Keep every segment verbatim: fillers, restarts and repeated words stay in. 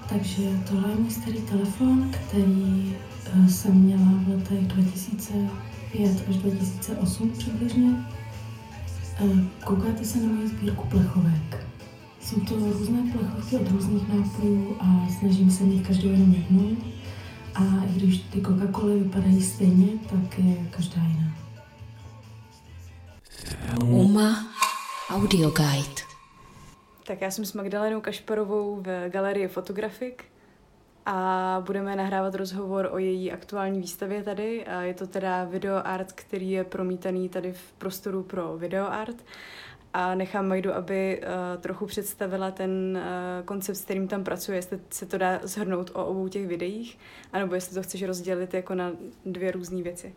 Takže tohle je můj starý telefon, který jsem měla v letech dva tisíce pět až dva tisíce osm přibližně. Koukáte se na moji sbírku plechovek. Jsou to různé plechovky od různých nápojů a snažím se mít každou jenom jednu. A i když ty Coca-Coly vypadají stejně, tak je každá jiná. Uma Audio Guide. Tak já jsem s Magdalenou Kašparovou v galerii Photographic a budeme nahrávat rozhovor o její aktuální výstavě tady. A je to teda videoart, který je promítaný tady v prostoru pro videoart. A nechám Majdu, aby uh, trochu představila ten uh, koncept, s kterým tam pracuje, jestli se to dá shrnout o obou těch videích, anebo jestli to chceš rozdělit jako na dvě různé věci.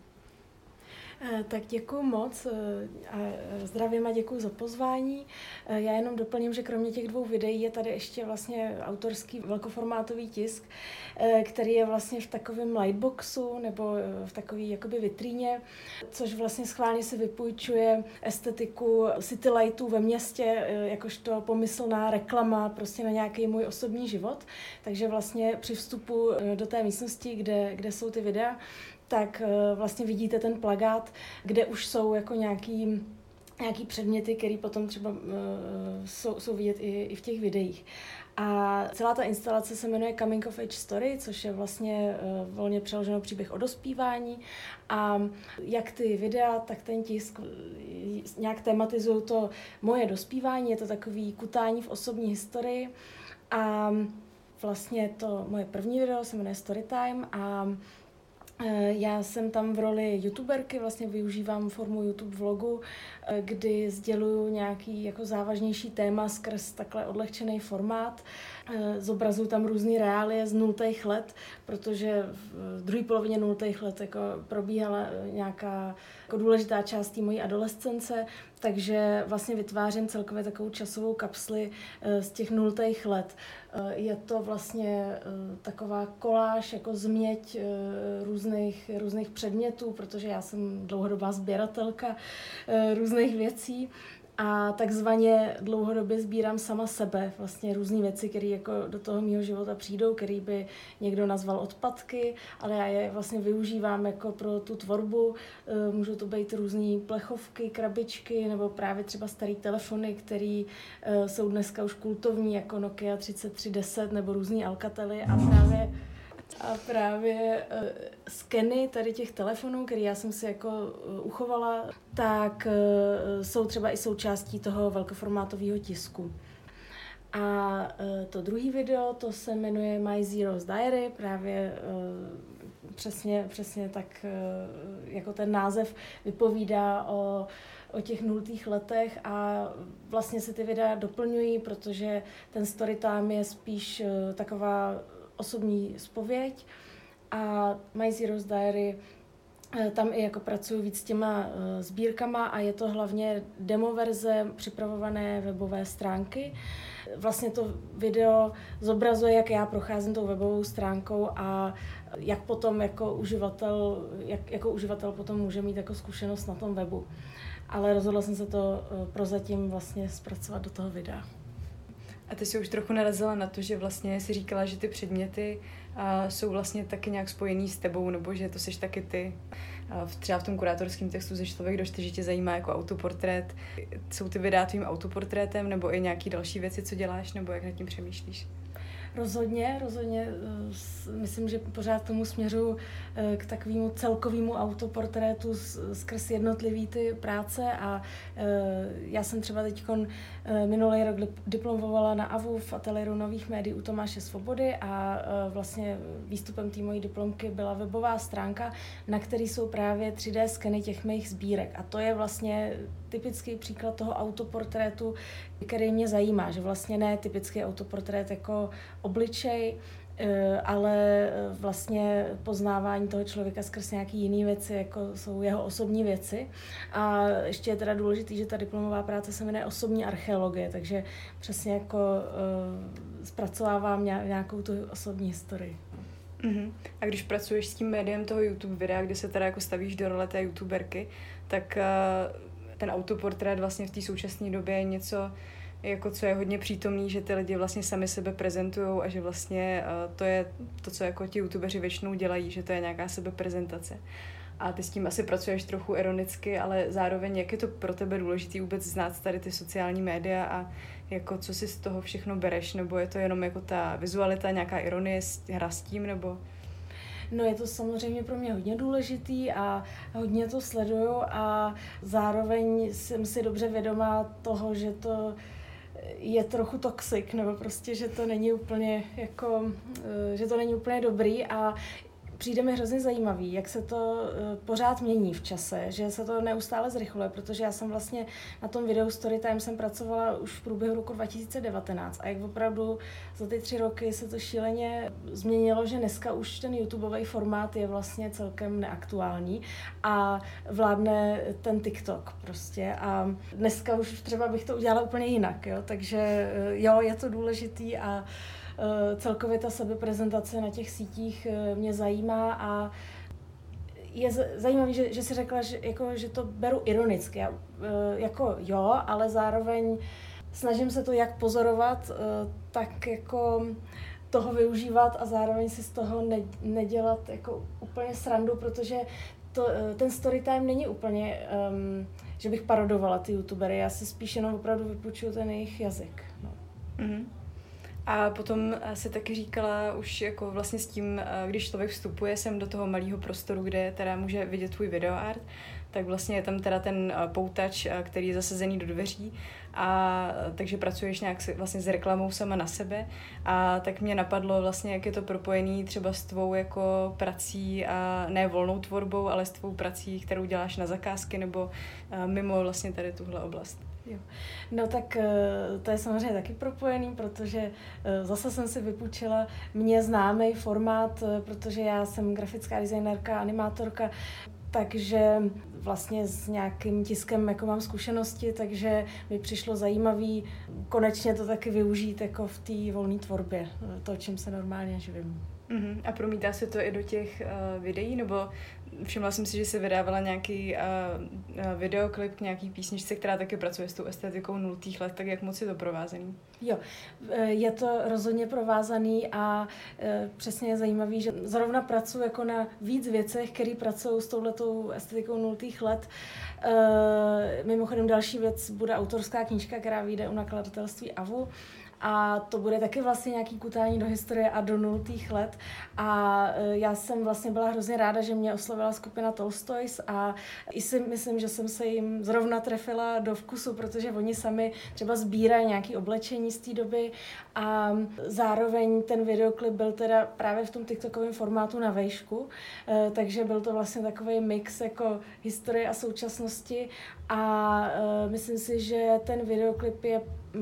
Tak děkuju moc a zdravím a děkuju za pozvání. Já jenom doplním, že kromě těch dvou videí je tady ještě vlastně autorský velkoformátový tisk, který je vlastně v takovém lightboxu nebo v takové jakoby vitríně, což vlastně schválně se vypůjčuje estetiku city lightů ve městě, jakožto pomyslná reklama prostě na nějaký můj osobní život. Takže vlastně při vstupu do té místnosti, kde, kde jsou ty videa, tak vlastně vidíte ten plakát, kde už jsou jako nějaký, nějaký předměty, které potom třeba uh, jsou, jsou vidět i, i v těch videích. A celá ta instalace se jmenuje Coming of Age Story, což je vlastně uh, volně přeloženo příběh o dospívání. A jak ty videa, tak ten tisk nějak tematizují to moje dospívání, je to takový kutání v osobní historii. A vlastně to moje první video se jmenuje Storytime a já jsem tam v roli youtuberky, vlastně využívám formu YouTube vlogu, kdy sděluju nějaký jako závažnější téma skrz takhle odlehčený formát. Zobrazuju tam různý reálie z nultých let, protože v druhé polovině nultých let jako probíhala nějaká jako důležitá část té mojí adolescence, takže vlastně vytvářím celkově takovou časovou kapsli z těch nultých let. Je to vlastně taková koláž, jako změť různých, různých předmětů, protože já jsem dlouhodobá sběratelka různých věcí. A takzvaně dlouhodobě sbírám sama sebe, vlastně různé věci, které jako do toho mýho života přijdou, který by někdo nazval odpadky, ale já je vlastně využívám jako pro tu tvorbu. Můžou to být různé plechovky, krabičky nebo právě třeba staré telefony, které jsou dneska už kultovní, jako Nokia třicet tři deset nebo různý Alcately a právě A právě uh, skeny tady těch telefonů, které já jsem si jako uh, uchovala, tak uh, jsou třeba i součástí toho velkoformátového tisku. A uh, to druhý video, to se jmenuje My Zero's Diary, právě uh, přesně, přesně tak, uh, jako ten název vypovídá o o těch nultých letech a vlastně se ty videa doplňují, protože ten storytime je spíš uh, taková osobní zpověď a My Zero's Diary, tam i jako pracuji víc s těma sbírkama a je to hlavně demo verze připravované webové stránky. Vlastně to video zobrazuje, jak já procházím tou webovou stránkou a jak potom jako uživatel, jak, jako uživatel potom může mít jako zkušenost na tom webu. Ale rozhodla jsem se to prozatím vlastně zpracovat do toho videa. A ty jsi už trochu narazila na to, že vlastně jsi říkala, že ty předměty uh, jsou vlastně taky nějak spojený s tebou, nebo že to seš taky ty. Uh, třeba v tom kurátorském textu ze Člověk do čtyř, že tě zajímá jako autoportrét. Jsou ty videa tvým autoportrétem, nebo i nějaký další věci, co děláš, nebo jak nad tím přemýšlíš? Rozhodně, rozhodně. Myslím, že pořád tomu směřuju k takovému celkovému autoportrétu skrz jednotlivý ty práce a já jsem třeba teď minulý rok diplomovala na A V U v ateliéru nových médií u Tomáše Svobody a vlastně výstupem té mojí diplomky byla webová stránka, na které jsou právě tři dé skeny těch mých sbírek a to je vlastně typický příklad toho autoportrétu, který mě zajímá, že vlastně ne typický autoportrét jako obličej, ale vlastně poznávání toho člověka skrz nějaký jiný věci, jako jsou jeho osobní věci. A ještě je teda důležitý, že ta diplomová práce se jmenuje osobní archeologie, takže přesně jako uh, zpracovávám nějakou tu osobní historii. Uh-huh. A když pracuješ s tím médiem toho YouTube videa, kde se teda jako stavíš do role té youtuberky, tak uh, ten autoportrét vlastně v té současné době je něco, jako co je hodně přítomný, že ty lidi vlastně sami sebe prezentujou a že vlastně to je to, co jako ti youtubeři většinou dělají, že to je nějaká sebeprezentace. A ty s tím asi pracuješ trochu ironicky, ale zároveň jak je to pro tebe důležité vůbec znát tady ty sociální média a jako co si z toho všechno bereš, nebo je to jenom jako ta vizualita, nějaká ironie, hra s tím, nebo... No je to samozřejmě pro mě hodně důležitý a hodně to sleduju a zároveň jsem si dobře vědomá toho, že to je trochu toxic, nebo prostě, že to není úplně jako, že to není úplně dobrý a přijde mi hrozně zajímavý, jak se to pořád mění v čase, že se to neustále zrychluje, protože já jsem vlastně na tom videu Storytime jsem pracovala už v průběhu roku dva tisíce devatenáct a jak opravdu za ty tři roky se to šíleně změnilo, že dneska už ten YouTubeový formát je vlastně celkem neaktuální a vládne ten TikTok prostě a dneska už třeba bych to udělala úplně jinak, jo, takže jo, je to důležitý a celkově ta sebeprezentace na těch sítích mě zajímá a je zajímavé, že, že jsi řekla, že, jako, že to beru ironicky. Já, jako jo, ale zároveň snažím se to jak pozorovat, tak jako toho využívat a zároveň si z toho ne, nedělat jako úplně srandu, protože to, ten Storytime není úplně, um, že bych parodovala ty youtubery, já si spíš jenom opravdu vypůjčuju ten jejich jazyk. No. Mm-hmm. A potom si taky říkala už jako vlastně s tím, když člověk vstupuje sem do toho malého prostoru, kde teda může vidět tvůj videoart, tak vlastně je tam teda ten poutač, který je zasazený do dveří a takže pracuješ nějak vlastně s reklamou sama na sebe a tak mě napadlo vlastně, jak je to propojený třeba s tvou jako prací a ne volnou tvorbou, ale s tvou prací, kterou děláš na zakázky nebo mimo vlastně tady tuhle oblast. Jo. No tak to je samozřejmě taky propojený, protože zase jsem si vypůjčila mě známý formát, protože já jsem grafická designérka, animátorka, takže vlastně s nějakým tiskem jako mám zkušenosti, takže mi přišlo zajímavý konečně to taky využít jako v té volné tvorbě, to, čím se normálně živím. Uh-huh. A promítá se to i do těch uh, videí, nebo všimla jsem si, že jsi vydávala nějaký uh, uh, videoklip k nějaký písničce, která taky pracuje s tou estetikou nultých let, tak jak moc je to provázaný? Jo, je to rozhodně provázaný a e, přesně je zajímavý, že zrovna pracuji jako na víc věcech, které pracují s touhletou estetikou nultých let. E, mimochodem další věc bude autorská knížka, která vyjde u nakladatelství A V U. A to bude taky vlastně nějaký kutání do historie a do nultých let. A já jsem vlastně byla hrozně ráda, že mě oslovila skupina Tolstoys a i si myslím, že jsem se jim zrovna trefila do vkusu, protože oni sami třeba sbírají nějaké oblečení z té doby a zároveň ten videoklip byl teda právě v tom TikTokovém formátu na vejšku, takže byl to vlastně takový mix jako historie a současnosti a myslím si, že ten videoklip je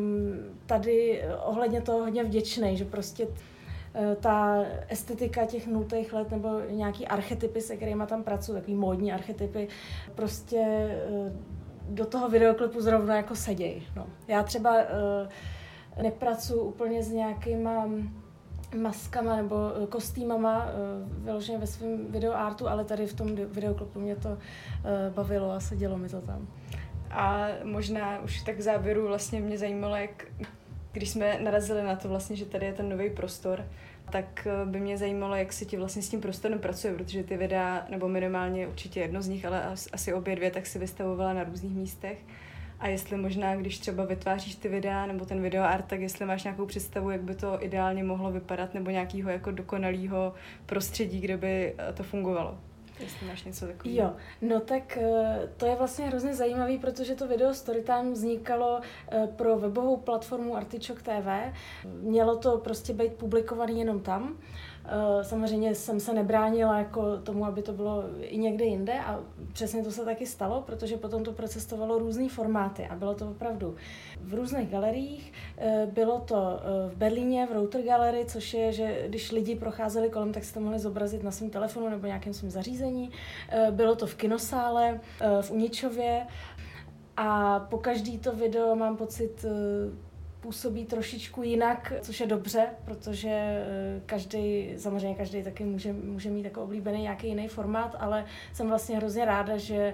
tady ohledně toho hodně vděčný, že prostě ta estetika těch nultých let nebo nějaký archetypy, se kterýma tam pracuji, takový módní archetypy, prostě do toho videoklipu zrovna jako seděj. No. Já třeba nepracuji úplně s nějakýma maskama nebo kostýmama vyloženě ve svém videoartu, ale tady v tom videoklipu mě to bavilo a sedělo mi to tam. A možná už tak v závěru vlastně mě zajímalo, jak, když jsme narazili na to vlastně, že tady je ten nový prostor, tak by mě zajímalo, jak se ti vlastně s tím prostorem pracuje, protože ty videa, nebo minimálně určitě jedno z nich, ale asi obě dvě, tak si vystavovala na různých místech. A jestli možná, když třeba vytváříš ty videa nebo ten videoart, tak jestli máš nějakou představu, jak by to ideálně mohlo vypadat, nebo nějakého jako dokonalého prostředí, kde by to fungovalo. Jestli máš něco takového. Jo, no tak to je vlastně hrozně zajímavý, protože to video Storytime vznikalo pro webovou platformu Artichoke T V. Mělo to prostě být publikovaný jenom tam. Samozřejmě jsem se nebránila jako tomu, aby to bylo i někde jinde a přesně to se taky stalo, protože potom to procestovalo různý formáty a bylo to opravdu v různých galeriích. Bylo to v Berlíně, v Router Gallery, což je, že když lidi procházeli kolem, tak si to mohli zobrazit na svém telefonu nebo nějakém svém zařízení. Bylo to v kinosále, v Uničově a po každý to video mám pocit působí trošičku jinak, což je dobře, protože každý, samozřejmě každý taky může, může mít jako oblíbený nějaký jiný formát, ale jsem vlastně hrozně ráda, že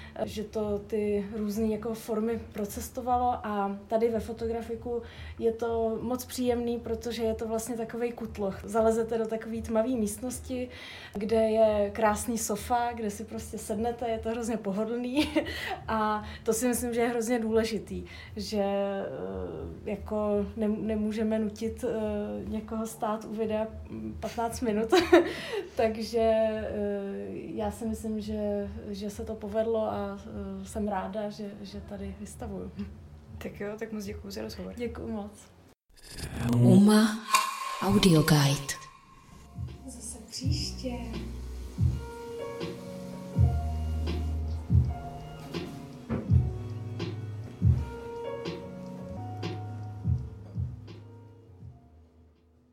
že to ty různé jako formy procestovalo a tady ve Fotografiku je to moc příjemný, protože je to vlastně takovej kutloch. Zalezete do takové tmavé místnosti, kde je krásný sofa, kde si prostě sednete, je to hrozně pohodlný a to si myslím, že je hrozně důležitý, že jako nemůžeme nutit někoho stát u videa patnáct minut, takže já si myslím, že, že se to povedlo a jsem ráda, že, že tady vystavuju. Tak jo, tak moc děkuju za rozhovor. Děkuju moc. Uma Audio Guide.